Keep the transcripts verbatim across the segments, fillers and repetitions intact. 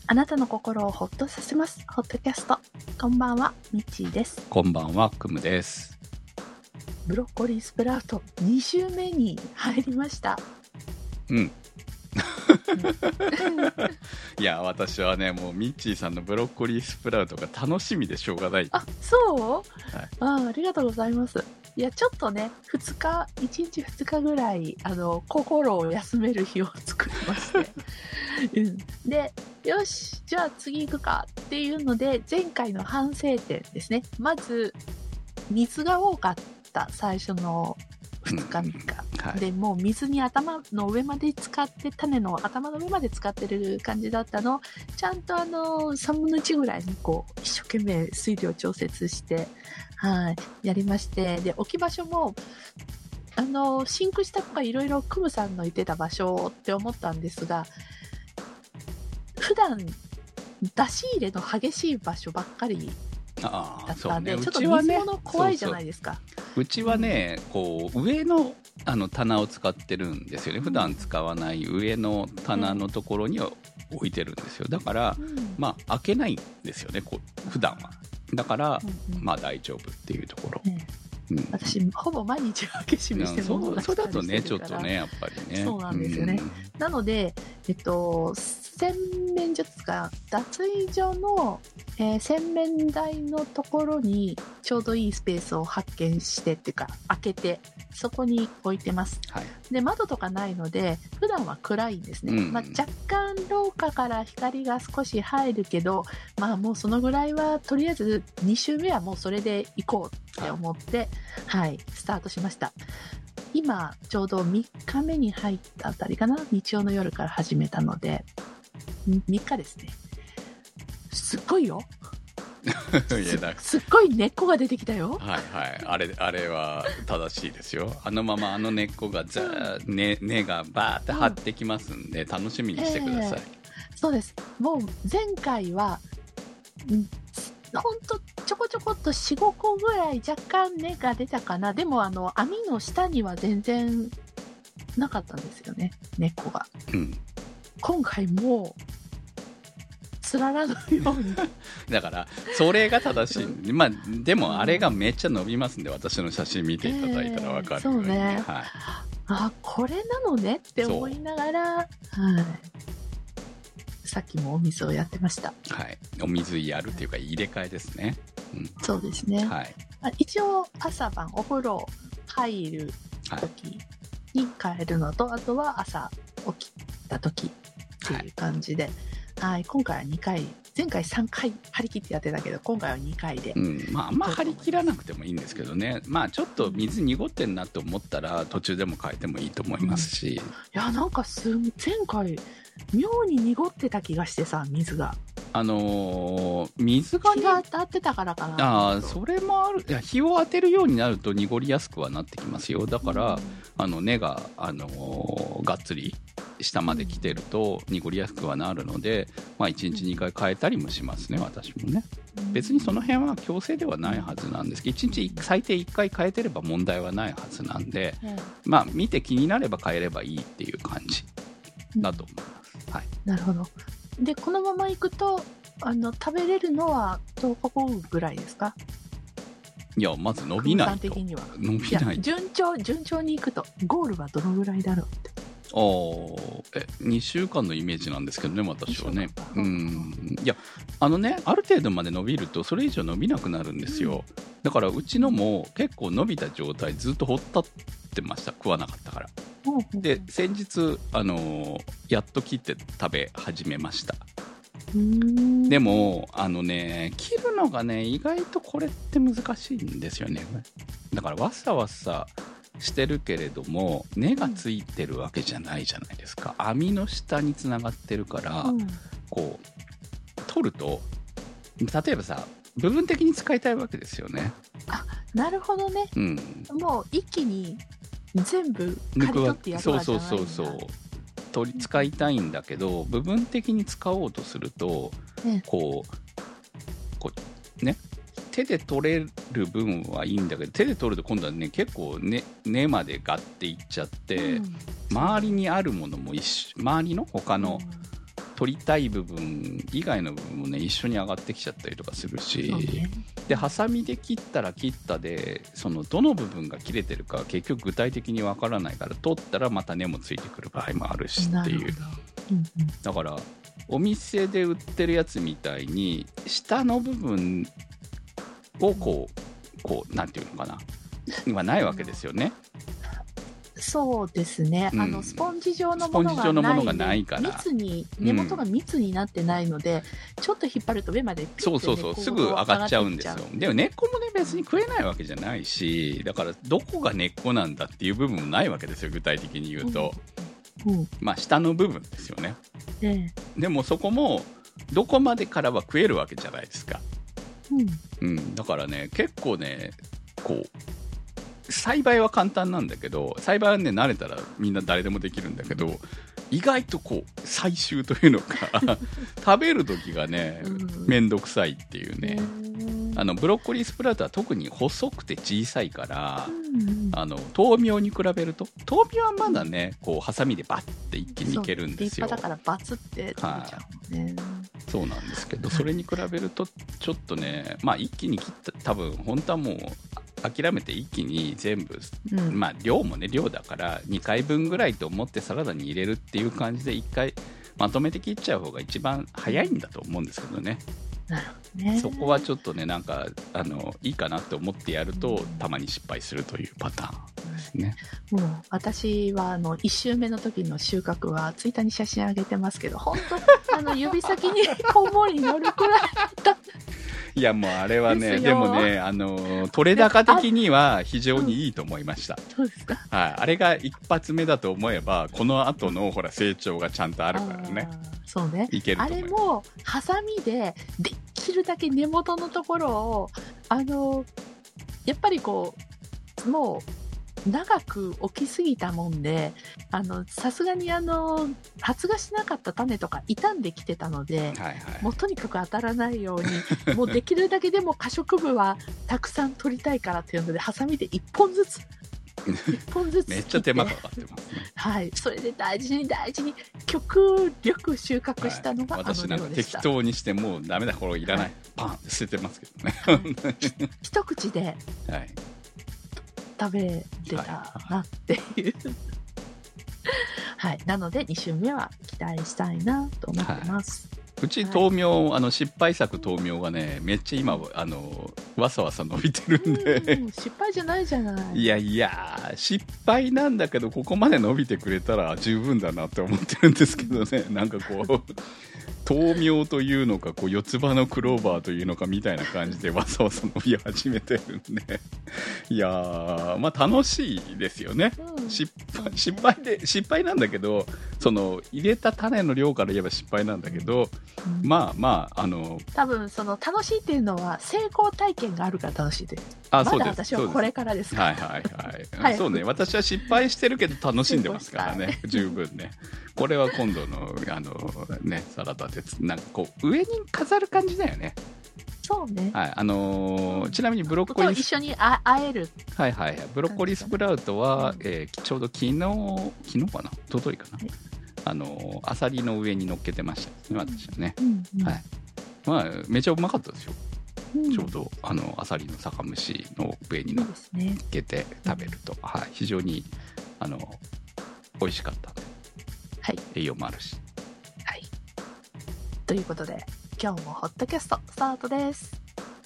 あなたの心をほっとさせますホットキャスト。こんばんは、みちーです。 こんばんは、くむです。 ブロッコリースプラウトに週目に入りました。 うんいや私はね、もうミッチーさんのブロッコリースプラウトが楽しみでしょうがない。 あ、そう、 はい、 あ, ありがとうございます。いや、ちょっとね、ふつかいちにちふつかぐらいあの心を休める日を作りまして、うん、でよし、じゃあ次行くかっていうので、前回の反省点ですね。まず水が多かった、最初のふつかみっか、うんはい、でもう水に頭の上まで使って、種の頭の上まで使ってる感じだったの。ちゃんとあのさんぶんのいちぐらいにこう一生懸命水量調節して、はい、やりまして、で置き場所もあのシンク下とかいろいろクムさんの言ってた場所って思ったんですが、普段出し入れの激しい場所ばっかりだったんで、ね、ちょっと水物怖いじゃないですか。 そうそう、うちはね、こう上のあの棚を使ってるんですよね。普段使わない上の棚のところには置いてるんですよ。だから、うん、まあ開けないんですよね、こう普段は。だから、うんうん、まあ大丈夫っていうところ。うんうん、私ほぼ毎日開け閉めして物を出したりしてるから、 そうだとね、ちょっとね、やっぱりね。 そうなんですよね、うん、なので、えっと、洗面所ですか、脱衣所の、えー、洗面台のところにちょうどいいスペースを発見してっていうか開けて、そこに置いてます、はい、で窓とかないので普段は暗いんですね、うんまあ、若干廊下から光が少し入るけど、まあもうそのぐらいはとりあえずに週目はもうそれで行こうって思って、はい、はい、スタートしました。今ちょうどみっかめに入ったあたりかな、日曜の夜から始めたのでみっかですね。すっごいよす, すっごい根っこが出てきたよ。 はいはい、あれあれは正しいですよ。あのままあの根っこがザー、うんね、根がバーって張ってきますんで、うん、楽しみにしてください、 えー、そうです。もう前回はほんとちょこちょこっと よん,ご 個ぐらい若干根が出たかな。でもあの網の下には全然なかったんですよね、根っこが、うん、今回もうつららのようにだからそれが正しい、まあ、でもあれがめっちゃ伸びますんで、私の写真見ていただいたら分かるように、えー、そうね、はい、 あ、これなのねって思いながら、はい、さっきもお水をやってました。 はい、お水やるっていうか入れ替えですね、 うん、そうですね、はい、一応朝晩お風呂入る時に変えるのと、はい、あとは朝起きた時っていう感じで、はいはい、今回はにかい、前回さんかい張り切ってやってたけど今回はにかいで、 うんまあ、あんま張り切らなくてもいいんですけどね、まあ、ちょっと水濁ってんなと思ったら途中でも変えてもいいと思いますし、うん、いやなんかす前回妙に濁ってた気がしてさ、水があのー、水が、ね、 日が当たってたからかな。あ、それもある。いや、日を当てるようになると濁りやすくはなってきますよ。だから、うん、あの根が、あのー、がっつり下まで来てると濁りやすくはなるので、まあ、いちにちにかい変えたりもしますね、私もね。別にその辺は強制ではないはずなんですけど、いちにち最低いっかい変えてれば問題はないはずなんで、うん、まあ見て気になれば変えればいいっていう感じだと思います、うん、はい、 なるほど。でこのままいくとあの食べれるのはとおかごぐらいですか？ いやまず伸びないと的には伸びないい順調順調にいくとゴールはどのぐらいだろうって。 あえにしゅうかんのイメージなんですけどね、私はね。うん、いやあのね、ある程度まで伸びるとそれ以上伸びなくなるんですよ、うん、だからうちのも結構伸びた状態ずっとほったってました、食わなかったから、うん、で先日、あのー、やっと切って食べ始めました。うーんでもあのね、切るのがね意外とこれって難しいんですよね。だからわさわさしてるけれども根がついてるわけじゃないじゃないですか。網の下につながってるから、うん、こう取ると例えばさ部分的に使いたいわけですよね。 あ、なるほどね、うん、もう一気に全部刈り取ってやるわけじゃないんだ。そうそうそうそう、取り使いたいんだけど部分的に使おうとすると、うん、こうこうね手で取れる分はいいんだけど、手で取ると今度はね結構ね根までガッていっちゃって、うん、周りにあるものも一緒、周りの他の取りたい部分以外の部分もね一緒に上がってきちゃったりとかするし、 ね、 でハサミで切ったら切ったでそのどの部分が切れてるか結局具体的にわからないから取ったらまた根もついてくる場合もあるしっていう、うんうん、だからお店で売ってるやつみたいに下の部分をこうこうなんていうのかな今ないわけですよね。 そうですね、うん、あのスポンジ状のものがない、スポンジ状のものがないから密に根元が密になってないので、うん、ちょっと引っ張ると上までピッて、ね、 そうそうそうすぐ上がっちゃうんですよ。でも根っこもね別に食えないわけじゃないし、だからどこが根っこなんだっていう部分もないわけですよ具体的に言うと、うんうん、まあ下の部分ですよね、ええ、でもそこもどこまでからは食えるわけじゃないですか、うんうん、だからね結構ねこう栽培は簡単なんだけど、栽培はね慣れたらみんな誰でもできるんだけど、意外とこう採集というのか食べる時がねめんどくさいっていうね、あのブロッコリースプラウトは特に細くて小さいから、あの豆苗に比べると豆苗はまだねこうハサミでバッて一気にいけるんですよ。 立派だからバツって取れちゃうね、はい、 そうなんですけど、それに比べるとちょっとねまあ一気に切った多分本当はもう諦めて一気に全部、うん、まあ量もね量だからにかいぶんぐらいと思ってサラダに入れるっていう感じでいっかいまとめて切っちゃう方が一番早いんだと思うんですけどね。 なるほどね。 そこはちょっとねなんかあのいいかなって思ってやると、うん、たまに失敗するというパターンですね。 もう私はあのいち週目の時の収穫はツイッターに写真上げてますけど、本当あの指先にこんもり乗るくらいだったいやもうあれはね で, でもねあの取れ高的には非常にいいと思いました。 そうですか。 はい、あれが一発目だと思えばこの後のほら成長がちゃんとあるからね。 そうね。 いけると思います。 あれもハサミでできるだけ根元のところをあのやっぱりこうもう長く置きすぎたもんで、あのさすがにあの発芽しなかった種とか傷んできてたので、はいはい、もうとにかく当たらないようにもうできるだけでも可食部はたくさん取りたいからっていうのでハサミでいっぽんずついっぽんずつめっちゃ手間かかってますね。 はい、それで大事に大事に極力収穫したのが、はい、あの私なんか適当にしてもうダメだこれいらない、はい、パンって捨ててますけどね、 はい、一口で、はい食べれたなっていう、はい、はい、なのでに週目は期待したいなと思ってます、 はい、うち豆苗、はい、あの失敗作豆苗がねめっちゃ今あのわさわさ伸びてるんで、 うん、失敗じゃないじゃない。 いやいや失敗なんだけどここまで伸びてくれたら十分だなって思ってるんですけどね、なんかこう豆苗というのかこう四つ葉のクローバーというのかみたいな感じでわさわさ伸び始めてるんでいやーまあ楽しいですよね、うん、失敗、失敗で失敗なんだけどその入れた種の量から言えば失敗なんだけど、うん、まあまああの多分その楽しいっていうのは成功体験があるから楽しいです。あ、まだ私はこれからですから。 はいはいはい。そうね。私は失敗してるけど楽しんでますからね。十分ね。これは今度のあのねサラダでなんかこう上に飾る感じだよね。 そうね。 はい。あのー、ちなみにブロッコリーと一緒にああえる。 はいはい。ブロッコリースプラウトは、うんえー、ちょうど昨日昨日かな。一昨日かな。はい、あのー、アサリの上に乗っけてましたね。私はね。うんうん、はい。まあめちゃうまかったですよ。うん、ちょうどあのアサリの酒蒸しの上に乗っけて食べると、ねはい、非常にあの美味しかったので、はい、栄養もあるし、 はい、ということで今日もホットキャストスタートです。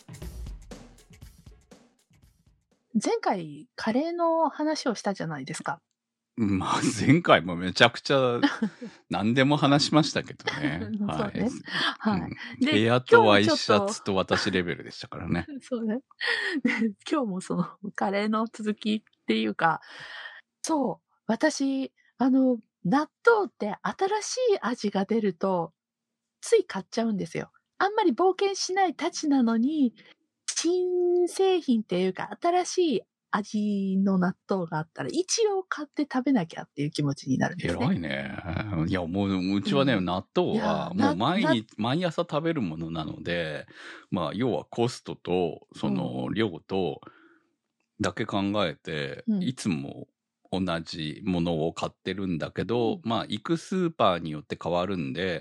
前回カレーの話をしたじゃないですか。 まあ前回もめちゃくちゃ何でも話しましたけどね。はい。ねはい、うん、部屋とワイシャツと私レベルでしたからね。 そうね。今日もそのカレーの続きっていうか、そう、私、あの、納豆って新しい味が出ると、つい買っちゃうんですよ。あんまり冒険しないたちなのに、新製品っていうか、新しい味の納豆があったら一応買って食べなきゃっていう気持ちになるんですね。 偉いね。いやもううちはね、うん、納豆はもう毎日毎朝食べるものなので、まあ要はコストとその量とだけ考えて、うん、いつも同じものを買ってるんだけど、うん、まあ行くスーパーによって変わるんで、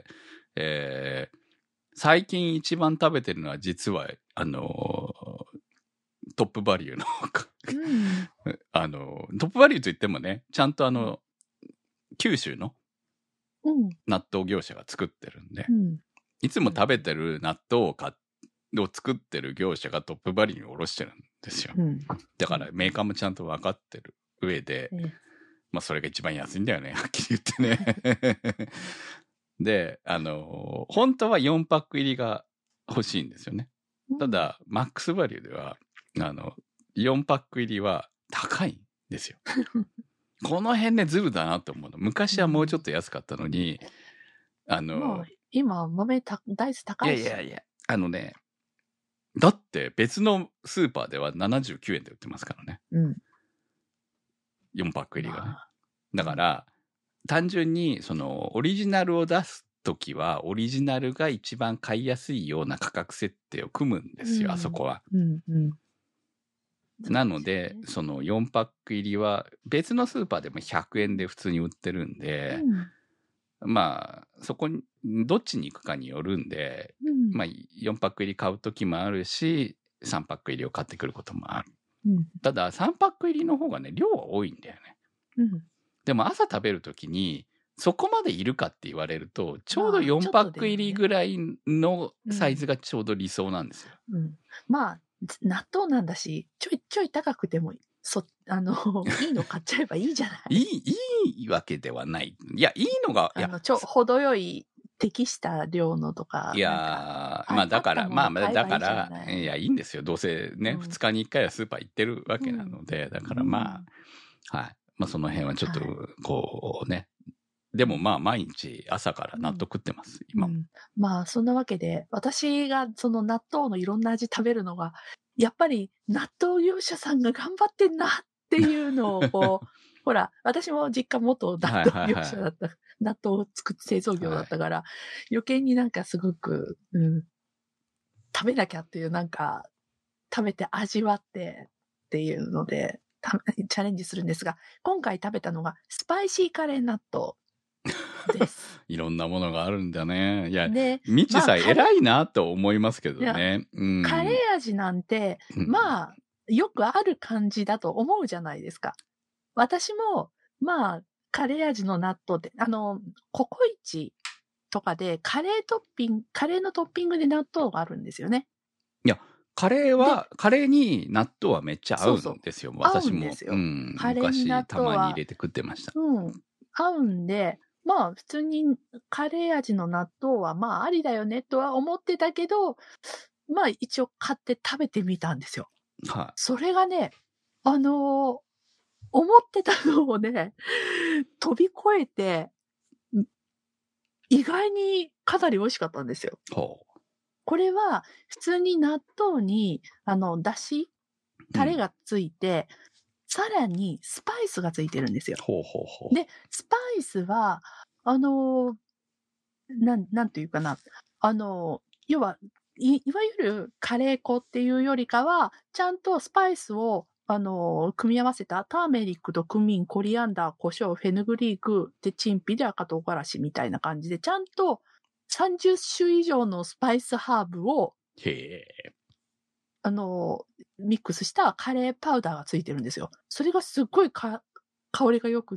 えー、最近一番食べてるのは実は、あのー、トップバリューの、 うん、 あのー、トップバリューといってもね、ちゃんとあの、九州の納豆業者が作ってるんで、 うん、 いつも食べてる納豆を買を作ってる業者がトップバリューに卸してるんですよ。 うん、 だからメーカーもちゃんと分かってる上で、 うん、 まあそれが一番安いんだよね、はっきり言ってね。で、あの、本当はよんパック入りが欲しいんですよね。ただ、マックスバリューでは、あの、よんパック入りは高いんですよ。この辺ね、ズルだなって思うの。昔はもうちょっと安かったのに、あの、 まあ、今、豆た大豆高いし。 いやいやいや、あのね、だって別のスーパーではななじゅうきゅうえんで売ってますからね。 うん。 よんパック入りがね。 まあ、 だから、単純に、その、オリジナルを出すときは、オリジナルが一番買いやすいような価格設定を組むんですよ、 うんあそこは。 うんうん。 なので、そのよんパック入りは、別のスーパーでもひゃくえんで普通に売ってるんで、 うん、 まあ、そこに、どっちに行くかによるんで、 うん、 まあ、よんパック入り買うときもあるし、さんパック入りを買ってくることもある。 うん、 ただ、さんパック入りの方がね、量は多いんだよね。 うんでも朝食べるときに、そこまでいるかって言われると、ちょうどよんパック入りぐらいのサイズがちょうど理想なんですよ。 うんうん、まあ、納豆なんだし、ちょいちょい高くても、そ、あの、いいの買っちゃえばいいじゃない。 いい、いいわけではない。いや、いいのが、いや、 あの、ちょ、程よい、適した量のとか。 いやー、まあだから、まあだから、いや、いいんですよ。どうせね、ふつかにいっかいはスーパー行ってるわけなので、だからまあ、はい。まあその辺はちょっと、こうね。でもまあ毎日朝から納豆食ってます、今も。 まあそんなわけで、私がその納豆のいろんな味食べるのが、やっぱり納豆業者さんが頑張ってんなっていうのを、こう、ほら、私も実家元納豆業者だった。納豆を作って製造業だったから、はい、余計になんかすごく、うん、食べなきゃっていうなんか、食べて味わってっていうので、チャレンジするんですが、今回食べたのがスパイシーカレー納豆です。 いろんなものがあるんだね。いや、みちさん偉いなと思いますけどね。 うん、カレー味なんて、うん、まあ、よくある感じだと思うじゃないですか。私も、まあ、カレー味の納豆って、あの、ココイチとかでカレートッピング、カレーのトッピングで納豆があるんですよね。 いや、カレーは、カレーに納豆はめっちゃ合うんですよ。そうそう私も。合うんですよ。うん、カレーに納豆は昔たまに入れて食ってました。 うん。合うんで、まあ普通にカレー味の納豆はまあありだよねとは思ってたけど、まあ一応買って食べてみたんですよ。 はい。 それがね、あのー、思ってたのをね、飛び越えて、意外にかなり美味しかったんですよ。 ほう。 これは普通に納豆に、あの、だし、タレがついて、うん、さらにスパイスがついてるんですよ。 ほうほうほう。 で、スパイスは、あの、なん、なんていうかな。あの、要は、い、いわゆるカレー粉っていうよりかは、ちゃんとスパイスを、あの、組み合わせたターメリックとクミン、コリアンダー、胡椒、フェヌグリーク、で、チンピで赤唐辛子みたいな感じで、ちゃんとさんじゅっしゅ以上のスパイスハーブを、 へー。 あの、ミックスしたカレーパウダーがついてるんですよ。それがすっごいか香りが良くって、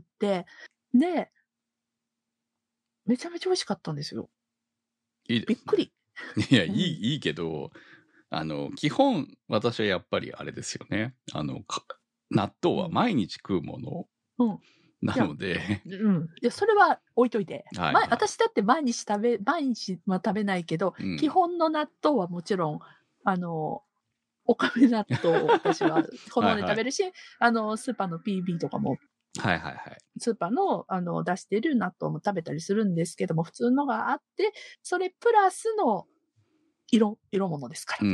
で、めちゃめちゃ美味しかったんですよ。 いいですね。 びっくり。 いや、いい、いいけど、あの、基本、私はやっぱりあれですよね。あの、納豆は毎日食うもの。うん。なので。 うん。いや、それは置いといて。はいはい、私だって毎日食べ、毎日は食べないけど、うん、基本の納豆はもちろん、あの、おかめ納豆を私は好んで食べるし、はいはい、あの、スーパーの ピービー とかも、 はいはいはい。 スーパーの、あの、出してる納豆も食べたりするんですけども、普通のがあって、それプラスの色、色物ですから。うん。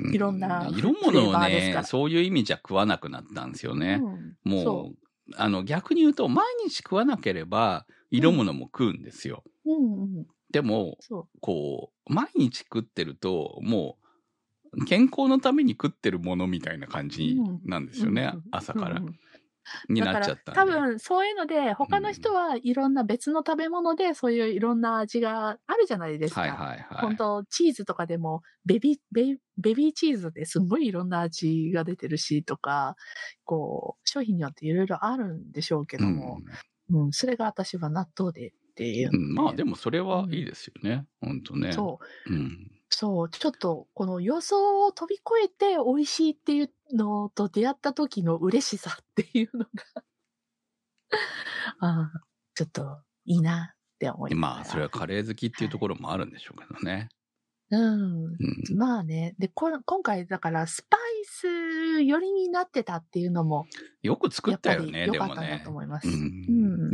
いろんな色物をね、そういう意味じゃ食わなくなったんですよね。うん、もう、あの、逆に言うと、毎日食わなければ、色物も食うんですよ。うんうんうん、でも、こう、毎日食ってると、もう、健康のために食ってるものみたいな感じなんですよね、うんうん、朝から。うんうんにだからなっちゃったんで。 多分そういうので、他の人はいろんな別の食べ物でそういういろんな味があるじゃないですか。 はいはいはい。 本当チーズとかでもベビー、ベビー、ベビーチーズですごいいろんな味が出てるしとか、こう、商品によっていろいろあるんでしょうけども、うん、うん、それが私は納豆でっていうので、 うん、まあでもそれはいいですよね。うん、本当ね。 そう。 うんそう、ちょっと、この予想を飛び越えて美味しいっていうのと出会った時の嬉しさっていうのが、ああ、ちょっといいなって思いながら。 まあ、それはカレー好きっていうところもあるんでしょうけどね。 はい、うん、うん。まあね。で、こ今回だからスパイス寄りになってたっていうのも、 よく作ったよね、 やっぱり良でもねかったんだと。思います。 うんうん。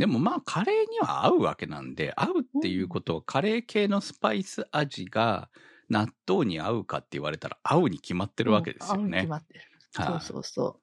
でもまあ、カレーには合うわけなんで、合うっていうことは、カレー系のスパイス味が納豆に合うかって言われたら、合うに決まってるわけですようん、合うに決ね。 まってる。 はい、 そうそうそう。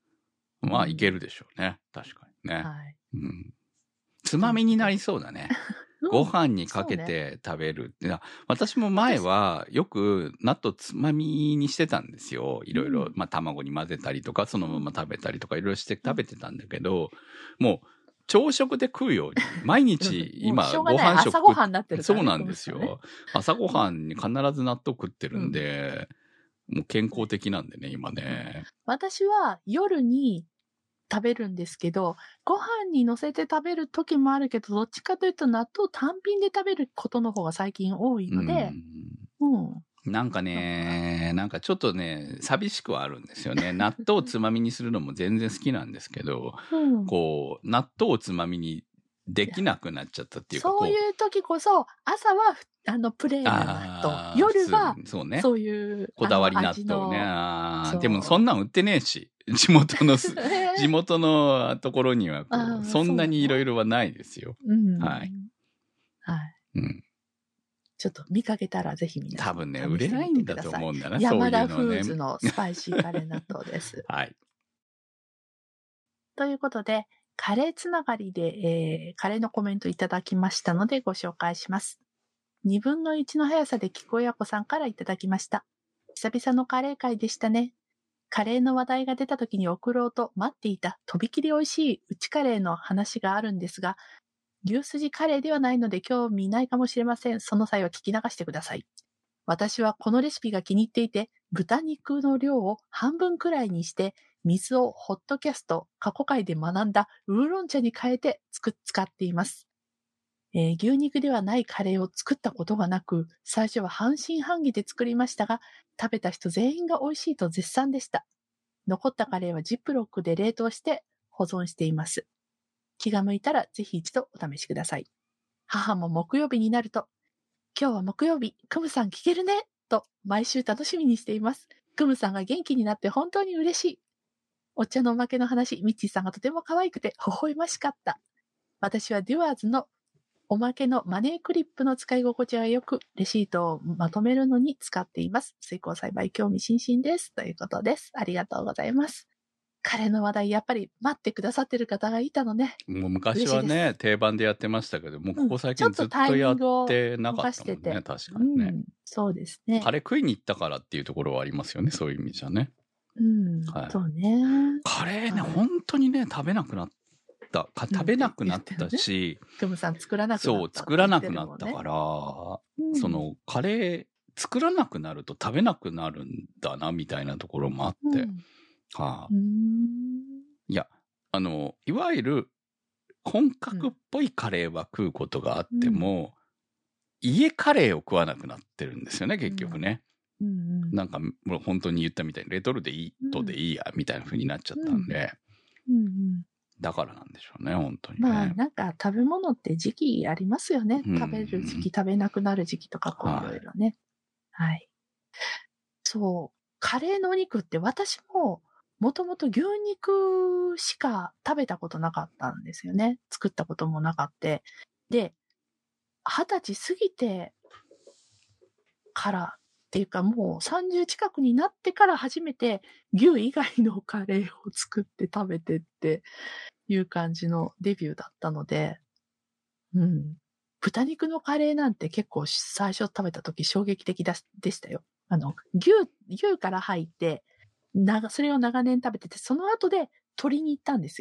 まあ、いけるでしょうね。確かにね。 はい。 うん、つまみになりそうだね。ご飯にかけて食べるって、ね、私も前はよく納豆つまみにしてたんですよ。いろいろ、まあ卵に混ぜたりとか、そのまま食べたりとかいろいろして食べてたんだけど、もう朝食で食うように、毎日今ご飯食。 朝ご飯になってるから、 ね、そうなんですよ。ね、朝ごはんに必ず納豆食ってるんで、うん、もう健康的なんでね、今ね。 私は夜に食べるんですけど、ご飯に乗せて食べる時もあるけど、どっちかというと納豆単品で食べることの方が最近多いので、うん。うん、 なんかね、なんかちょっとね、寂しくはあるんですよね。納豆をつまみにするのも全然好きなんですけど、うん、こう、納豆をつまみにできなくなっちゃったっていうか、 そういう時こそ、朝は、あの、プレーンな納豆。夜は、そうね。そういう、 こだわり納豆ね。あでもそんなん売ってねえし。地元の、地元のところにはこう、そんなにいろいろはないですよ。うん、はい。 はい。うん。ちょっと見かけたらぜひ皆さん。 多分ね、売れないんだと思うんだな、 山田フーズのスパイシーカレー納豆です。 はい。 ということで、カレーつながりで、えー、カレーのコメントいただきましたのでご紹介します。にぶんのいちの速さで聞こえやこさんからいただきました。久々のカレー会でしたね。カレーの話題が出た時に送ろうと待っていたとびきり美味しいうちカレーの話があるんですが、牛すじカレーではないので興味ないかもしれません。その際は聞き流してください。私はこのレシピが気に入っていて、豚肉の量を半分くらいにして、水をホットキャスト、過去回で学んだウーロン茶に変えて使っています。えー、牛肉ではないカレーを作ったことがなく、最初は半信半疑で作りましたが、食べた人全員が美味しいと絶賛でした。残ったカレーはジップロックで冷凍して保存しています。気が向いたらぜひ一度お試しください。母も木曜日になると、今日は木曜日、クムさん聞けるねと毎週楽しみにしています。クムさんが元気になって本当に嬉しい。お茶のおまけの話、ミッチーさんがとても可愛くて微笑ましかった。私はデュアーズのおまけのマネークリップの使い心地が良く、レシートをまとめるのに使っています。水耕栽培興味津々です。ということです。ありがとうございます。カレーの話題、やっぱり待ってくださってる方がいたのね。 もう昔はね、定番でやってましたけど、もうここ最近ずっとやってなかったもんね、うん、確かにね、うん。 そうですね。 カレー食いに行ったからっていうところはありますよね、そういう意味じゃね。 うん、はい、そうね。 カレーね、はい、本当にね、食べなくなった。食べなくなったし、 クムさん作らなくなった、 そう、作らなくなったから、うん、その、カレー作らなくなると食べなくなるんだな、みたいなところもあって、うん、はあ、いや、あの、いわゆる本格っぽいカレーは食うことがあっても、うん、家カレーを食わなくなってるんですよね、結局ね。うんうん、なんか、もう本当に言ったみたいに、レトルでいいとでいいや、みたいな風になっちゃったんで、うんうんうん、だからなんでしょうね、本当にね。 まあ、なんか食べ物って時期ありますよね。食べる時期、食べなくなる時期とか、こういろいろね。はい。はい。そう。カレーのお肉って私も、もともと牛肉しか食べたことなかったんですよね。作ったこともなかった。で、二十歳過ぎてからっていうかもうさんじゅう近くになってから初めて牛以外のカレーを作って食べてっていう感じのデビューだったので、うん。豚肉のカレーなんて結構最初食べた時衝撃的でしたよ。あの、牛、牛から入って、なそれを長年食べてて、その後で鶏に行ったんですよ。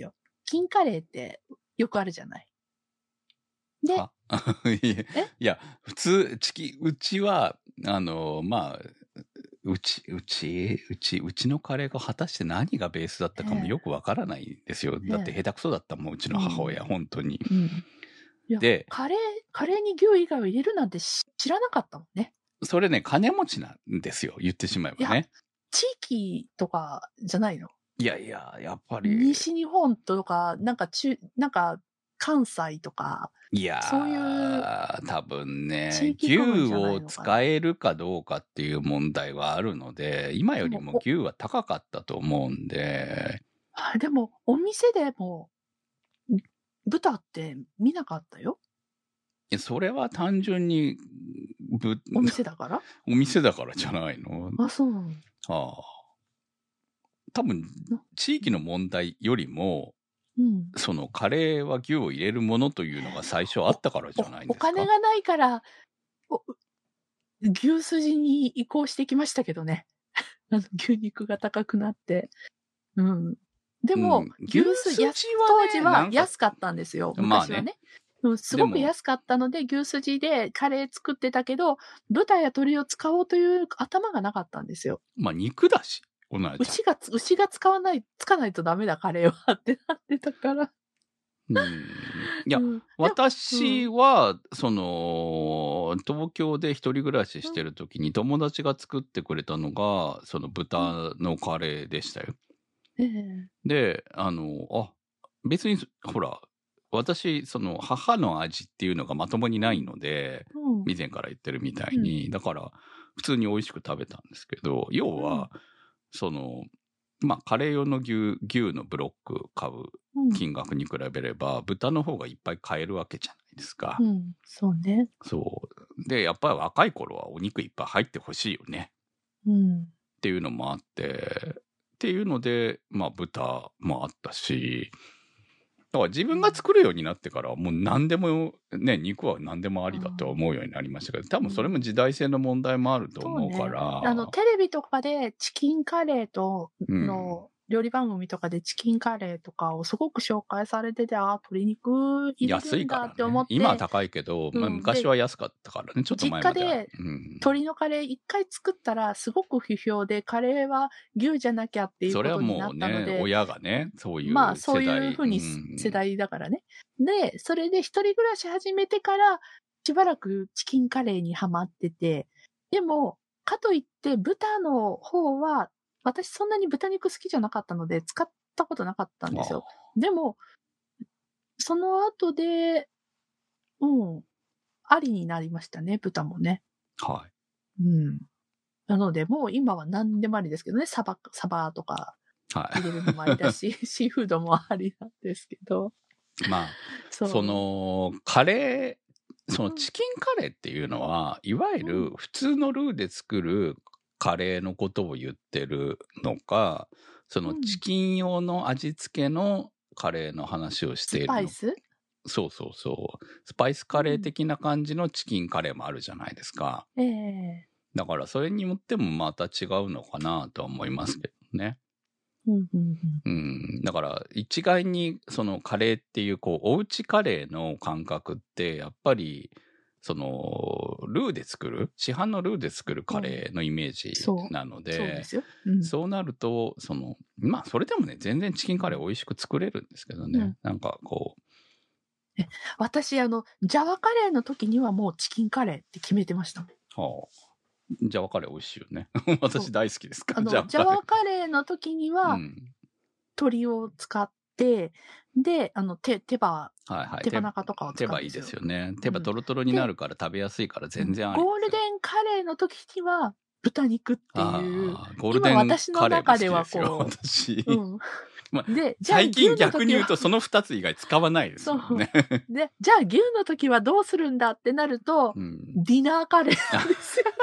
キンカレーってよくあるじゃない。で、 あいやいや、普通、チキン、うちは、あの、まあ、うち、うち、うち、うちのカレーが果たして何がベースだったかもよくわからないんですよ。 ええだって下手くそだったもん、うちの母親、 うん本当に。 うん。いや、 で、 カレー、カレーに牛以外を入れるなんてし知らなかったもんね。 それね、金持ちなんですよ、言ってしまえばね。 地域とかじゃないの？ いやいや、やっぱり。 西日本とか、なんか中、なんか関西とか、 いやそういうー、多分地ね、 域区分牛じゃないのかなを使えるかどうかっていう問題はあるので、今よりも牛は高かったと思うんで、 あでも、お店でも、ん豚って見なかったよ。 いやそれは単純に、ぶ、 お店だから。 お店だからじゃないの。 あ、そうなの。 ああ。多分、地域の問題よりも、 うん。 そのカレーは牛を入れるものというのが最初あったからじゃないんですか。 おお金がないから、お牛すじに移行してきましたけどね。あの牛肉が高くなって。うん。でも、 うん牛すじ、 牛すじはね当時はなんか安かったんですよ。 まあね昔はね。うん、すごくでも安かったので、牛すじでカレー作ってたけど、豚や鶏を使おうという頭がなかったんですよ。 まあ肉だし、同じ。 牛がつ、牛が使わない、つかないとダメだ、カレーはってなってたから。 うん。いや、 うん、 私は、その、東京で一人暮らししてる時に友達が作ってくれたのが、その豚のカレーでしたよ。 ええで、あの、あ、別に、ほら、私、その、母の味っていうのがまともにないので、 うん以前から言ってるみたいに、だから、普通に美味しく食べたんですけど、要は、その、まあ、カレー用の牛、牛のブロック買ううん金額に比べれば、豚の方がいっぱい買えるわけじゃないですか。 うん、そうね。 そう。で、やっぱり若い頃はお肉いっぱい入ってほしいよね。 うん。 っていうのもあって、っていうので、まあ豚もあったし、だから自分が作るようになってからはもう何でも、ね、肉は何でもありだとは思うようになりましたけど、多分それも時代性の問題もあると思うから。 あの、テレビとかでチキンカレーとうんの、料理番組とかでチキンカレーとかをすごく紹介されてて、ああ、鶏肉入れるん安いからね。 だって思って、 今は高いけど、まあ、 うん昔は安かったからね。ちょっと前までは。 実家でうん鶏のカレー一回作ったらすごく不評で、カレーは牛じゃなきゃっていうそれはことになもうったので、 ね、親がね、そういう世代。 まあ、そういうふうにん世代だからね。で、それで一人暮らし始めてから、しばらくチキンカレーにハマってて、でも、かといって豚の方は、私そんなに豚肉好きじゃなかったので、使ったことなかったんですよ。でも、その後で、うん、ありになりましたね、豚もね。 はうん。なので、もう今は何でもありですけどね、サバ、サバとかい。は入れるのもありだし、シーフードもありなんですけど。 い。まあ、 そその、カレー、そのチキンカレーっていうのは、いわゆる普通のルーで作るカレーのことを言ってるのか、そのチキン用の味付けのカレーの話をしているのか。 スパイスそうそうそう。スパイスカレー的な感じのチキンカレーもあるじゃないですか。 ええだからそれによってもまた違うのかなとは思いますけどね。 うんうんうんうん。だから一概にそのカレーっていうこうおうちカレーの感覚ってやっぱりそのルーで作る市販のルーで作るカレーのイメージなので、 そうですよ。うんそうなるとそのまあそれでもね全然チキンカレー美味しく作れるんですけどね。 うんなんかこう私、あの、ジャワカレーの時にはもうチキンカレーって決めてました。 はあ、ジャワカレー美味しいよね。私大好きですかあの、 ジャワジャワカレーの時には、 うん鶏を使って、で、あの、手、手羽、 はいはい、 手羽中とかを使手羽いいうんですよ。 ですよね。手羽トロトロになるから食べやすいから全然ありですよ。 ゴールデンカレーの時には豚肉っていう。 あーゴールデン今私の中ではカレーもこ好きですよ、私。 う、うん。 まあで、じゃあ最近逆に言う牛の時はとその二つ以外使わないですもんね。 で、じゃあ牛の時はどうするんだってなると、 うん、 ディナーカレーなんですよ。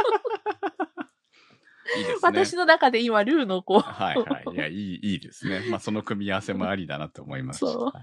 いいですね。 私の中で今、ルーのこう。 はいはい。いや、いい、いいですね。まあその組み合わせもありだなと思いますし。 そうはい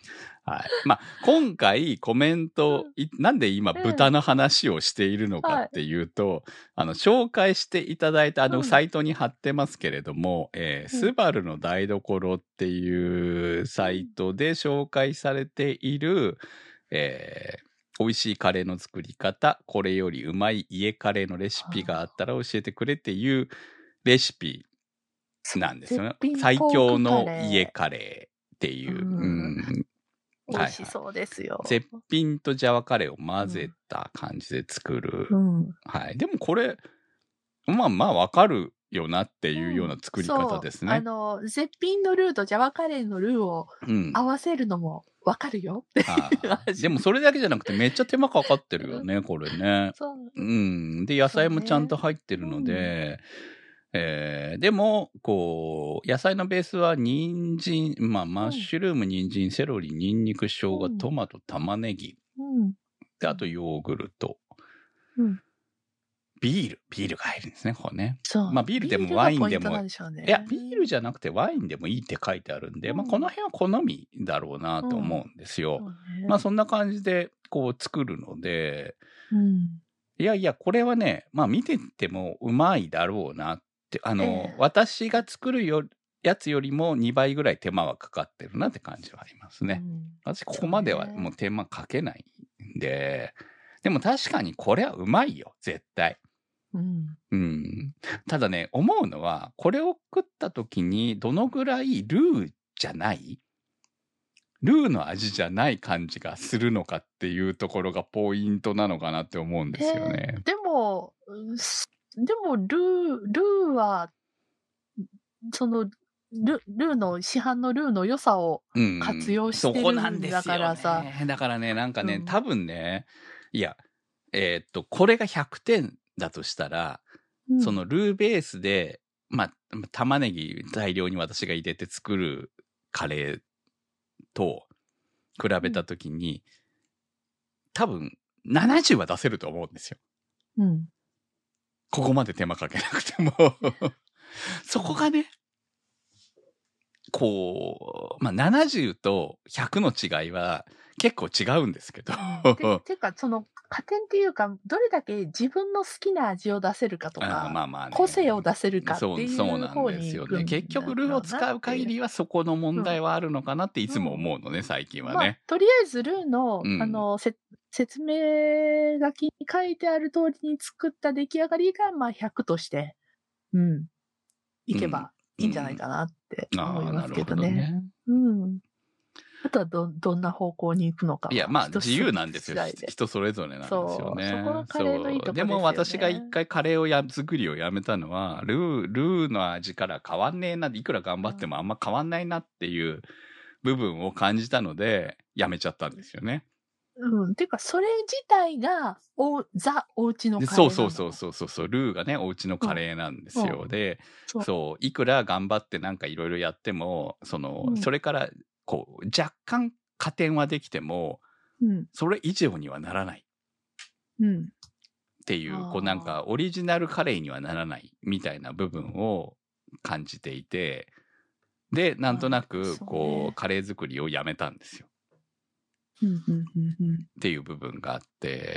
はい。まあ、今回コメント、いなんで今豚の話をしているのかっていうと、あの、紹介していただいたあの、 うんサイトに貼ってますけれども、えーうんスバルの台所っていうサイトで紹介されている、えー美味しいカレーの作り方、これよりうまい家カレーのレシピがあったら教えてくれっていうレシピなんですよね絶。品最ポー強のクカレー家カレーっていう。 うんうん美味しそうですよ。 絶品とジャワカレーを混ぜた感じで作る。 うんはい。でもこれ、まあまあわかるよなっていうような作り方ですそうあね。 の、絶品のルーとジャワカレーのルーをうん。 合わせるのもわかるよってあいうー味でもそれだけじゃなくてめっちゃ手間かかってるよね、これね。 そう。 うん。で、野菜もちゃんと入ってるので、えーでも、こう、野菜のベースは人参、まあ、マッシュルーム、人参、セロリ、ニンニク、生姜、 うんトマト、玉ねぎ。 うん。 で、あとヨーグルト。 うん。 ビール。ビールが入るんですね、これね。 そう。 まあビールでもワインでもビールがポイントなんでしょうねいや、ビールじゃなくてワインでもいいって書いてあるんで、 うんまあこの辺は好みだろうなと思うんですよ。 そうねまあそんな感じでこう作るので、 うん。 いやいや、これはね、まあ見ててもうまいだろうなって、あの、 ええ私が作るよやつよりもにばいぐらい手間はかかってるなって感じはありますね。 うん私ここまではもう手間かけないんで、でも確かにこれはうまいよ、絶対。 うん。 うん。ただね、思うのは、これを食った時にどのぐらいルーじゃないルーの味じゃない感じがするのかっていうところがポイントなのかなって思うんですよねえ。ーでも、うんすでも、ルー、ルーは、その、ルルーの、市販のルーの良さをうん。 活用してるそこなんですよだからさね。だからね、なんかね、 うん多分ね、いや、えーっと、これがひゃくてんだとしたら、 うんそのルーベースで、まあ、玉ねぎ大量に私が入れて作るカレーと比べたときに、多分ななじゅうは出せると思うんですよ。 うん。 ここまで手間かけなくても。そこがね、こう、まあ、ななじゅうとひゃくの違いは結構違うんですけど。 ててか、その、加点っていうか、どれだけ自分の好きな味を出せるかとあか、 ーまあまあね個性を出せるかってそういうそうなん方ですよね。 に行くんだろうなっていう結局ルーを使う限りはそこの問題はあるのかなっていつも思うのね、最近はまあね。、 とりあえずルーの、 うんあの、せ説明書きに書いてある通りに作った出来上がりが、まあひゃくとして、うん、いけばいいんじゃないかなって思いああ、 ますけなるほどどね。 ね。 うん。あとはど、どんな方向に行くのかは。 いや、まあ人自由なんですよ。 次第で人それぞれなんですよね。 そうそこがカレーのいいとこですよねでも私が一回カレーをや、作りをやめたのは、ルー、ルーの味から変わんねえな、いくら頑張ってもあんま変わんないなっていう部分を感じたので、やめちゃったんですよね。 うん。ていうか、それ自体が、お、ザ、おうちのでカレーなの。 そうそうそうそうそうそう、ルーがね、お家のカレーなんですよ。 うんで、 そうそう、いくら頑張ってなんかいろいろやっても、その、 うんそれから、こう、若干加点はできても、 うん。 それ以上にはならない。 うん。 っていう、 あーこうなんかオリジナルカレーにはならないみたいな部分を感じていて、で、なんとなあーく、 そうねこう、カレー作りをやめたんですよ。 うん、うん、うん、うん。 っていう部分があって、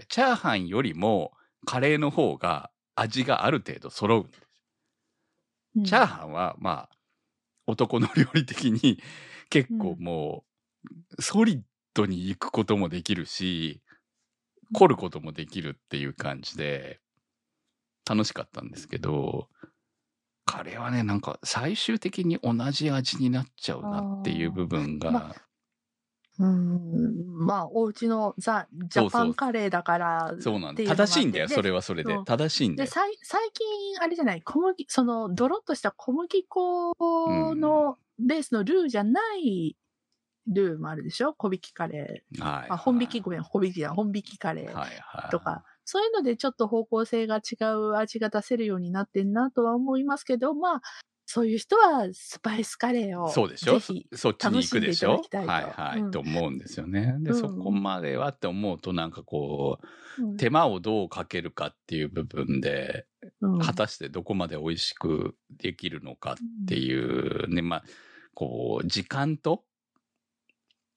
チャーハンよりもカレーの方が味がある程度揃うんです。 うんチャーハンは、まあ、男の料理的に結構もう、ソリッドに行くこともできるし、凝ることもできるっていう感じで、楽しかったんですけど、カレーはね、なんか最終的に同じ味になっちゃうなっていう部分が、 まうん。まあ、お家のザ・ジャパンカレーだからそうなんだ。 っていうのもあって正しいんだよ、 でそれはそれでう。ん正しいんだで、 よ。 さい最近、あれじゃない、小麦、その、ドロッとした小麦粉のベースのルーじゃないルーもあるでしょ小引きカレー。 はい。 あ、本引き、ごめん、本引きじゃん、本引きカレーはいはい。 とか。そういうのでちょっと方向性が違う味が出せるようになってんなとは思いますけど、まあ、そういう人はスパイスカレーをそうでしょぜひそっちに行くでしょ楽しんでいただきたいとはいはい、 うんと思うんですよね。で、 うんそこまではって思うとなんかこう、 うん手間をどうかけるかっていう部分で、 うん果たしてどこまで美味しくできるのかっていうね、まあ、こう、時間と、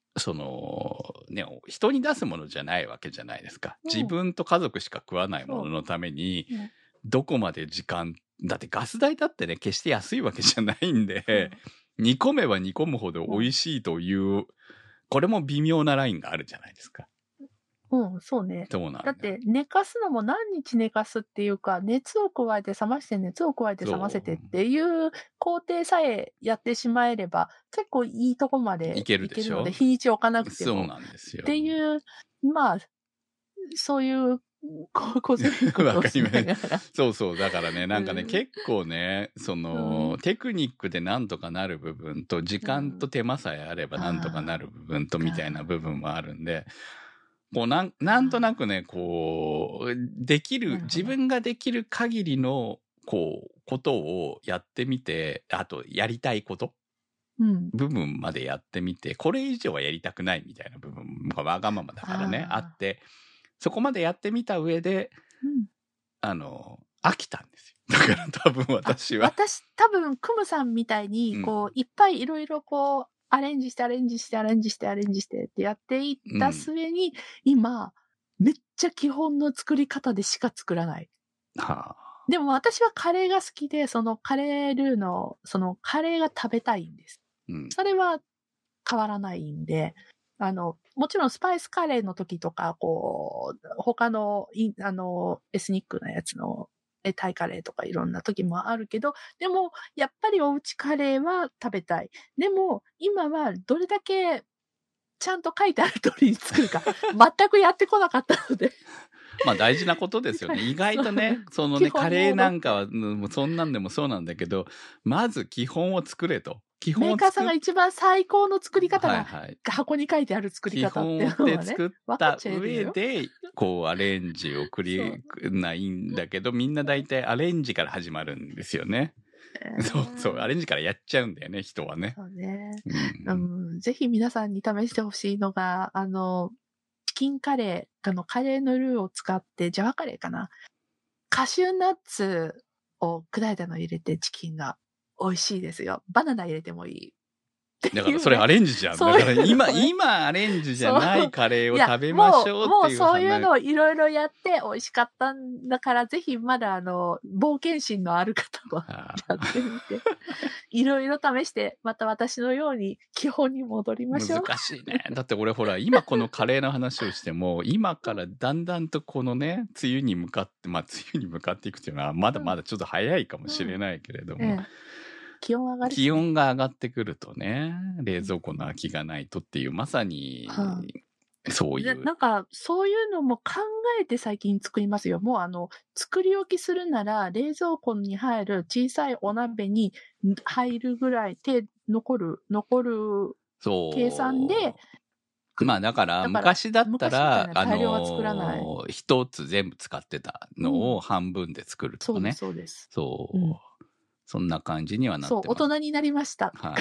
そのね、人に出すものじゃないわけじゃないですか。 うん自分と家族しか食わないもののために、どこまで時間、だってガス代だってね、決して安いわけじゃないんで、煮込めば煮込むほど美味しいという、これも微妙なラインがあるじゃないですか。 うん、そうね。 そうなんだ。 だって寝かすのも何日寝かすっていうか、熱を加えて冷まして熱を加えて冷ませてっていう工程さえやってしまえれば、結構いいとこまでいけるでしょ。 ので、日にち置かなくても。 そうなんですよ。 っていう、まあ、そういう小銭ことをしながら。 そうそう。だからね、なんかね、うん、結構ね、その、 うん、 テクニックでなんとかなる部分と、時間と手間さえあればなんとかなる部分と、みたいな部分もあるんで、こうなん、なんとなくね、こう、できる、自分ができる限りの、こう、ことをやってみて、あと、やりたいこと、うん、部分までやってみて、これ以上はやりたくないみたいな部分がわがままだからね、あって、そこまでやってみた上で、うん、あの、飽きたんですよ。だから多分私は。 私、多分、クムさんみたいに、こう、うん、いっぱいいろいろこう、アレンジしてアレンジしてアレンジしてアレンジしてってやっていった末に、うん、今、めっちゃ基本の作り方でしか作らない。はあ、でも私はカレーが好きで、そのカレールーの、そのカレーが食べたいんです。うん、それは変わらないんで、あの、もちろんスパイスカレーの時とか、こう、他の、あの、エスニックなやつの、タイカレーとかいろんな時もあるけど、でも、やっぱりおうちカレーは食べたい。でも、今はどれだけちゃんと書いてある通りに作るか、全くやってこなかったので。 まあ大事なことですよね。意外とね、そのね、カレーなんかは、そんなんでもそうなんだけど、まず基本を作れと。基本を作メーカーさんが一番最高の作り方が、はいはい、箱に書いてある作り方っていうのはね。 基本で作った上で、こうアレンジを繰りないんだけど、みんな大体アレンジから始まるんですよね。えー、そうそう、アレンジからやっちゃうんだよね、人はね。 そうね。うん、うん、ぜひ皆さんに試してほしいのが、あの、チキンカレー、あの、カレーのルーを使って、ジャワカレーかな。カシューナッツを砕いたのを入れてチキンが美味しいですよ。バナナ入れてもいい。 だからそれアレンジじゃん。だから今、今アレンジじゃないカレーを食べましょうっていう。 もう、もうそういうのをいろいろやって美味しかったんだから、ぜひまだあの、冒険心のある方はやってみて、いろいろ試して、また私のように基本に戻りましょう。 難しいね。だって俺ほら、今このカレーの話をしても、今からだんだんとこのね、梅雨に向かって、まあ梅雨に向かっていくっていうのは、まだまだちょっと早いかもしれないけれども、うんうんええ気温上がる、ね、 気温が上がってくるとね、冷蔵庫の空きがないとっていう、まさに、そういう。 なんか、そういうのも考えて最近作りますよ。もうあの、作り置きするなら、冷蔵庫に入る小さいお鍋に入るぐらい手、残る、残る計算で、 まあだから昔だったら、あの、一つ全部使ってたのを半分で作るとかね。 そうです。 そう。うんそんな感じにはなってます。 そう、大人になりました。 はい。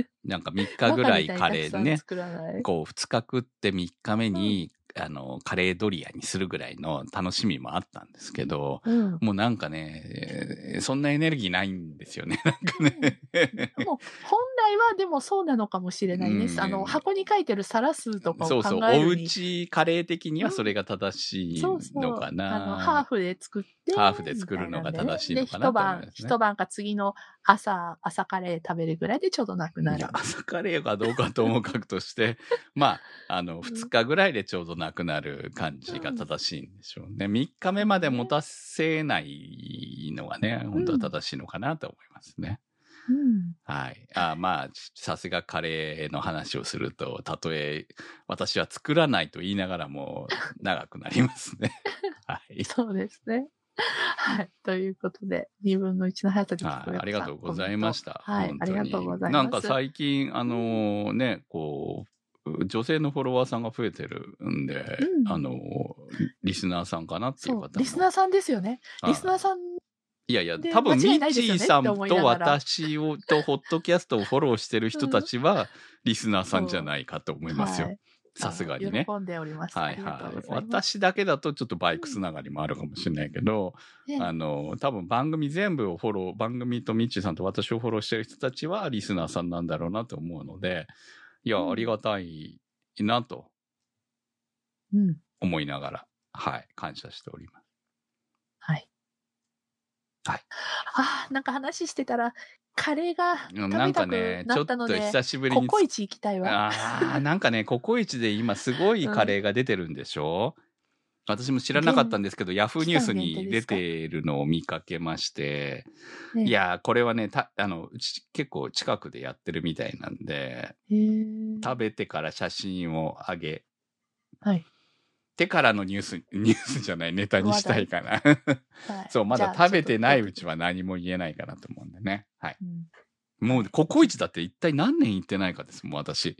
なんかみっかぐらいカレーね、こうふつか食ってみっかめに、うん、あの、カレードリアにするぐらいの楽しみもあったんですけど、うん、もうなんかね、そんなエネルギーないんですよね、なんかね。 うん、もう本来はでもそうなのかもしれないです。うん、あの、箱に書いてる皿数とかを考えるにそうそう、おうちカレー的にはそれが正しいのかな。うん、そうそうあの、ハーフで作って、 ハーフで作るのが正しいのかなと思いますね。 で、一晩、一晩か次の朝、朝カレー食べるぐらいでちょうどなくなる。 いや、朝カレーかどうかともかくとして、まあ、あの、二日ぐらいでちょうどなくなる感じが正しいんでしょうね。三日目まで持たせないのがね、本当は正しいのかなと思いますね。うん、はい。あまあ、さすがカレーの話をすると、たとえ私は作らないと言いながらも長くなりますね。はい。 そうですね。はい。ということで、二分の一の速さではい。ありがとうございました。 はい。ありがとうございます。 なんか最近、あのー、ね、こう、女性のフォロワーさんが増えてるんで、うん、あのー、リスナーさんかなっていう方も。 リスナーさんですよね。リスナーさん。 いやいや、多分、ミッチーさんと私を、と、ホットキャストをフォローしてる人たちは、リスナーさんじゃないかと思いますよ。さすがにね。 喜んでおります。 はいはい。私だけだとちょっとバイクつながりもあるかもしれないけど、うん、あの、多分番組全部をフォロー、番組とミッチーさんと私をフォローしてる人たちはリスナーさんなんだろうなと思うので、いや、ありがたいいなとうん。 思いながら、はい、感謝しております。 はい。 はい。 ああ、なんか話してたら、カレーが食なんかべたくね、ちなょったとっので、 久しぶりにつココイチ行きたいわ。 ああ、なんかね、ココイチで今すごいカレーが出てるんでしょ、私も知らなかったんですけど、ヤフーニュースに出てるのを見かけまして、 ね、 いやー、これはね、たあのうち結構近くでやってるみたいなんで、 へー食べてから写真を上げ、 はい。 てからのニュース、ニュースじゃない、ネタにしたいかな。 はい、 そう、まだじゃあ食べてないうちちょっは何も言えないかなと思うんでね。はい。 うんもう、 はいココイチだって一体何年行ってないかです、もう私。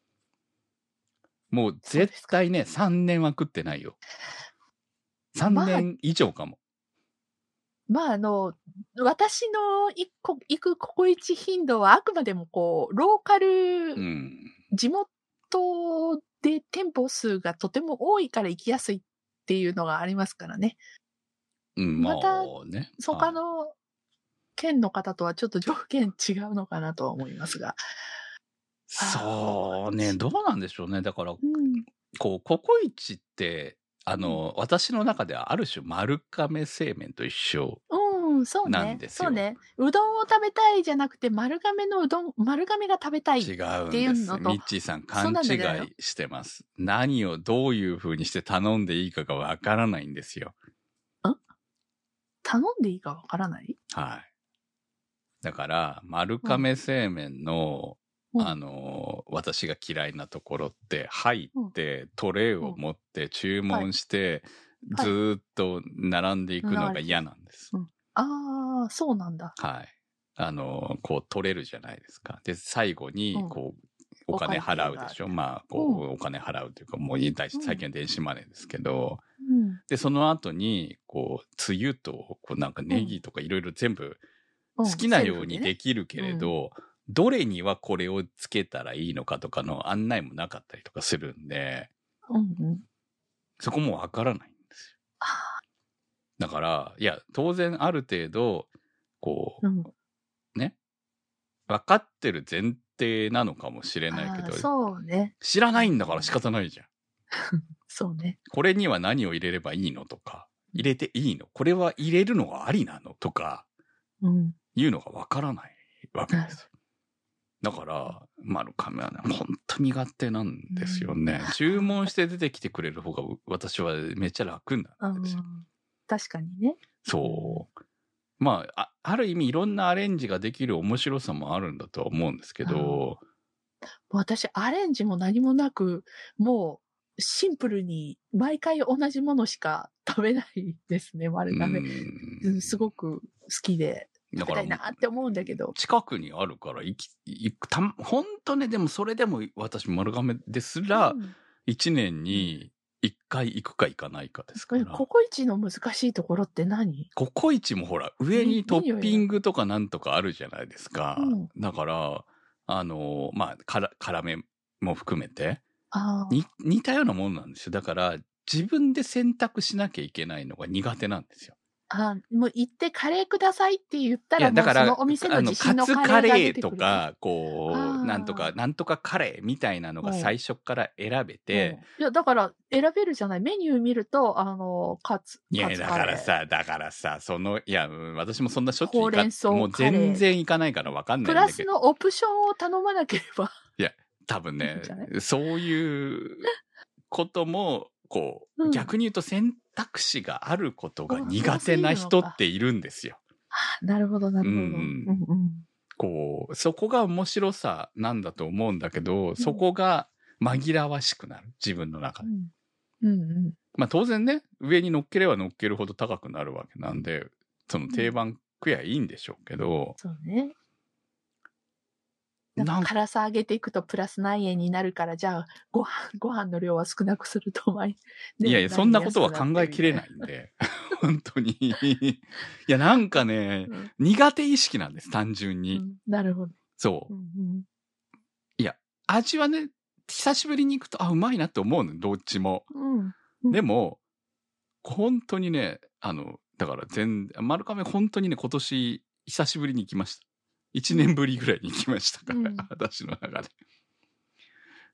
もう絶対ね、さんねんは食ってないよ。さんねん以上かも。 まあ、まあ、あの、私の行く行くココイチ頻度はあくまでもこう、ローカル、 うん。 地元で店舗数がとても多いから行きやすいっていうのがありますからね。 うん、 またもうね。 他の県の方とはちょっと条件違うのかなとは思いますが。 そうね、どうなんでしょうね。だから、 うん、 こう、ココイチって、あの、うん、私の中ではある種丸亀製麺と一緒うん、そうね。 なんですよ。 そうね。うどんを食べたいじゃなくて、丸亀のうどん、丸亀が食べたいっていうのと。 違うんです。ミッチーさん勘違いしてます。何をどういう風にして頼んでいいかがわからないんですよ。 ん頼んでいいかわからない？ はい。だから、丸亀製麺の、うん、あの、私が嫌いなところって、入って、トレイを持って注文して、はい、ずーっと並んでいくのが嫌なんです。 うん、ああ、そうなんだ。 はい。あの、こう取れるじゃないですか。で、最後に、こう、うん、お金払うでしょ。まあ、こう、うん、お金払うというか、もう最近は電子マネーですけど、うん、で、その後に、こう、つゆと、こう、なんかネギとかいろいろ全部、好きなようにできるけれど、うんね、どれにはこれをつけたらいいのかとかの案内もなかったりとかするんで、 うんうん、 そこもわからないんですよ。だから、いや、当然ある程度、こう、うん、ね、分かってる前提なのかもしれないけど、 そうね。 知らないんだから仕方ないじゃん。 そうね。 これには何を入れればいいのとか、入れていいの？これは入れるのはありなのとか、うん、いうのがわからないわけですよ。だから、丸亀はね、本当苦手なんですよね。うん、注文して出てきてくれる方が私はめっちゃ楽なんですよ。 確かにね。 そう。まあ、あ、ある意味いろんなアレンジができる面白さもあるんだとは思うんですけど。 私、アレンジも何もなく、もうシンプルに毎回同じものしか食べないですね、丸亀。すごく好きで。食べたいなって思うんだけど。 近くにあるから行き、行く、た、ほんとね、でもそれでも私丸亀ですら、いちねんにいっかい行くか行かないかですから。 ココイチの難しいところって何？ ココイチもほら、上にトッピングとかなんとかあるじゃないですか。うん、だから、あの、まあ、から辛めも含めてに、似たようなものなんですよ。だから、自分で選択しなきゃいけないのが苦手なんですよ。 あ、もう行ってカレーくださいって言ったら、もうそのお店の自信のカレーが出てくる。 カツカレーとか、こう、なんとか、なんとかカレーみたいなのが最初から選べて。 いや、だから選べるじゃない。メニュー見ると、あの、カツ、 いや、だからさ、だからさ、その、いや、私もそんなしょっちゅう行か、 ほうれん草もう全然行かないからわかんないんだけど。 プラスのオプションを頼まなければ。 いや、多分ね、そういうことも、こう、うん、逆に言うと選択肢があることが苦手な人っているんですよ。 なるほど、なるほど。うんうん、 こう、そこが面白さなんだと思うんだけど、うん、そこが紛らわしくなる、自分の中で。 うんうんうん、まあ当然ね、上に乗っければ乗っけるほど高くなるわけなんで、その定番食やいいんでしょうけど。 うん、そうね。なんか辛さ上げていくとプラス何円になるから、じゃあご飯、ご飯の量は少なくすると、ね、 いやいや、そんなことは考えきれないんで、本当に。いや、なんかね、うん、苦手意識なんです、単純に。うん、 なるほど。 そう、うんうん。いや、味はね、久しぶりに行くと、あ、うまいなって思うの、どっちも。うんうん、でも、本当にね、あの、だから全、丸亀本当にね、今年、久しぶりに行きました。一年ぶりぐらいに行きましたから、うん、私の中で。だか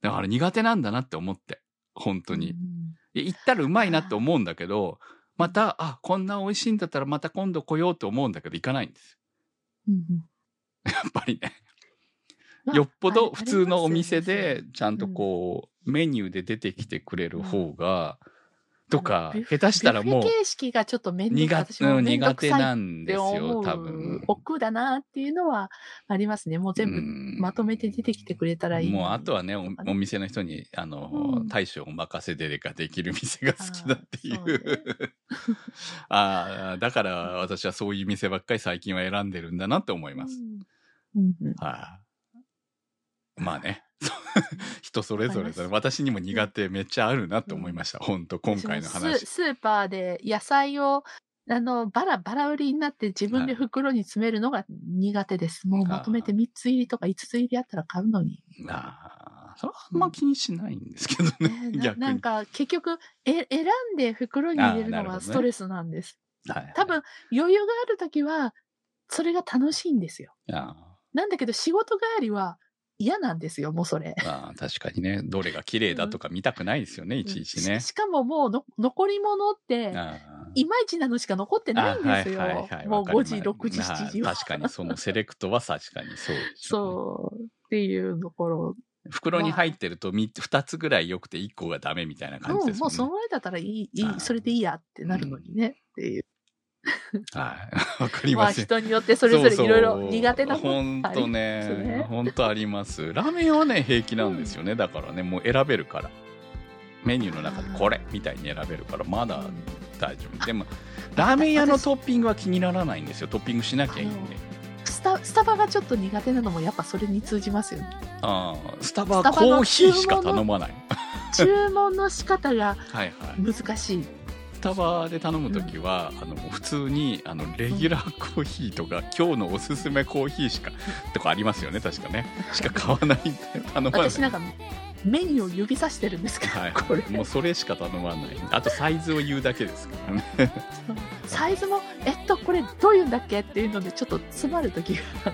だから苦手なんだなって思って本当に、うん、行ったらうまいなって思うんだけど、またあこんな美味しいんだったらまた今度来ようと思うんだけど行かないんです、うん、やっぱりね、まあ、よっぽど普通のお店でちゃんとこう、うん、メニューで出てきてくれる方が、うんとか下手したらもうビュッフェ形式がちょっと面倒くさい、 苦手なんですよ多分。 億劫だなっていうのはありますね。もう全部まとめて出てきてくれたらいい。 もうあとはね お, お店の人にあの、うん、大将お任せでができる店が好きだっていう。ああだから私はそういう店ばっかり最近は選んでるんだなって思います。うんうん、はあ、まあね。人それぞれだ。私にも苦手めっちゃあるなと思いました、うん、本当今回の話。 ス, スーパーで野菜をあのバラバラ売りになって自分で袋に詰めるのが苦手です、はい、もうまとめてみっつ入りとかいつつ入りあったら買うのに。 ああそれはあんま気にしないんですけどね、うん、逆にな, なんか結局え選んで袋に入れるのがストレスなんです、ねはいはい、多分余裕があるときはそれが楽しいんですよ。なんだけど仕事帰りは嫌なんですよ、もうそれ。 あ確かにね、どれが綺麗だとか見たくないですよね、うん、いちいちね。 し, しかももうの残り物っていまいちなのしか残ってないんですよ。はいはいはい、もうごじ、ろくじ、しちじは。 確かにそのセレクトは確かにそうです、ね。 そうっていうところ。 袋に入ってるとふたつぐらい良くていっこがダメみたいな感じですもんね。 もうそのぐらいだったらいい、いいそれでいいやってなるのにね、うん、っていう。 はい、わかります。 まあ人によってそれぞれいろいろ苦手なもの本当ね、本当あります。ラーメンはね平気なんですよね。だからねもう選べるからメニューの中でこれみたいに選べるからまだ大丈夫。でもラーメン屋のトッピングは気にならないんですよ。トッピングしなきゃいいんで。 スタ、スタバがちょっと苦手なのもやっぱそれに通じますよね。 ああ、スタバはコーヒーしか頼まない。 注文の仕方が難しい。はいはい、 スタバで頼むときは、うん、あの普通にあのレギュラーコーヒーとか、うん、今日のおすすめコーヒーしかとかありますよね、確かね。しか買わないって頼まない。 私なんかメニューを指さしてるんですけど、はい、これもうそれしか頼まない。あとサイズを言うだけですからね。 サイズもえっとこれどういうんだっけっていうのでちょっと詰まるときがあって。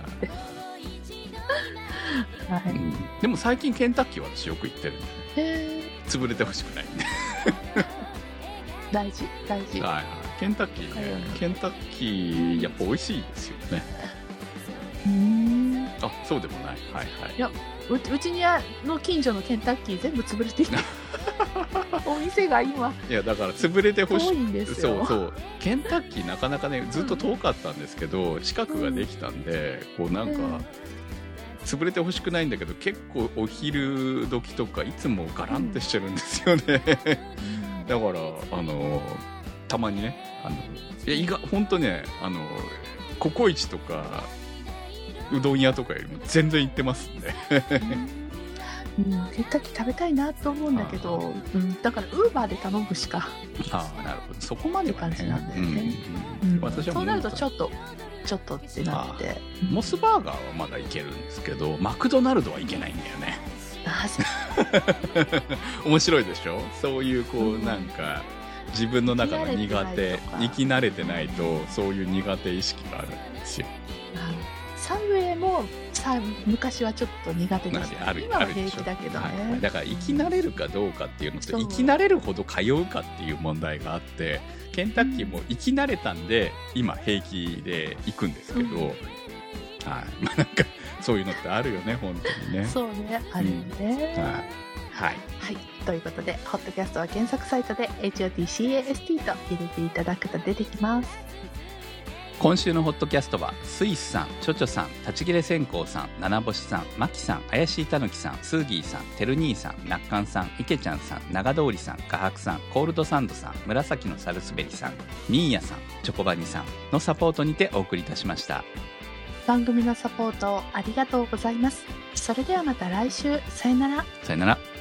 はい、うん、でも最近ケンタッキーは私よく行ってるんで、潰れてほしくないんで。 大事大事。 はいはい。ケンタッキーね、ケンタッキーやっぱ美味しいですよね。うーん。あ、そうでもない。はいはい。 いや、う, うちにあの近所のケンタッキー全部潰れていた。お店が今。 いやだから潰れてほしい。 遠いんですよ。 そうそう。ケンタッキーなかなかねずっと遠かったんですけど、うん、近くができたんで、こうなんか。うん潰れてほしくないんだけど結構お昼時とかいつもガランってしてるんですよね、うん、だからあのたまにねあのいや意外本当ねあのココイチとかうどん屋とかよりも全然行ってますんで、 うん、ケンタッキー食べたいなと思うんだけど、うん、だからウーバーで頼むしかああなるほどそこまでは、ね、 って感じなんだよね、うんうん、私はそうなるとちょっとちょっとってなって、 モスバーガーはまだいけるんですけどマクドナルドはいけないんだよね。面白いでしょ。そういうこう、うん、なんか自分の中の苦手生き慣れてないとそういう苦手意識があるんですよ。 サブウェイもさ昔はちょっと苦手でした。今は平気だけどね、 はい、だから生き慣れるかどうかっていうのと、うん、生き慣れるほど通うかっていう問題があってケンタッキーも生き慣れたんで、うん、今平気で行くんですけど、うん、はいまあ、なんかそういうのってあるよね本当にね。 そうねあるよね、うん、はい、はいはい、ということでホットキャストは検索サイトで エイチオーティーシーエーエスティー と入れていただくと出てきます。 今週のホットキャストはスイスさん、チョチョさん、立ち切れ線香さん、七星さん、マキさん、怪しいたぬきさん、スーギーさん、てる兄さん、なっかんさん、いけちゃんさん、長通りさん、かはくさん、コールドサンドさん、紫のサルスベリさん、ミーヤさん、チョコバニさんのサポートにてお送りいたしました。 番組のサポートありがとうございます。それではまた来週、さよなら。 さよなら。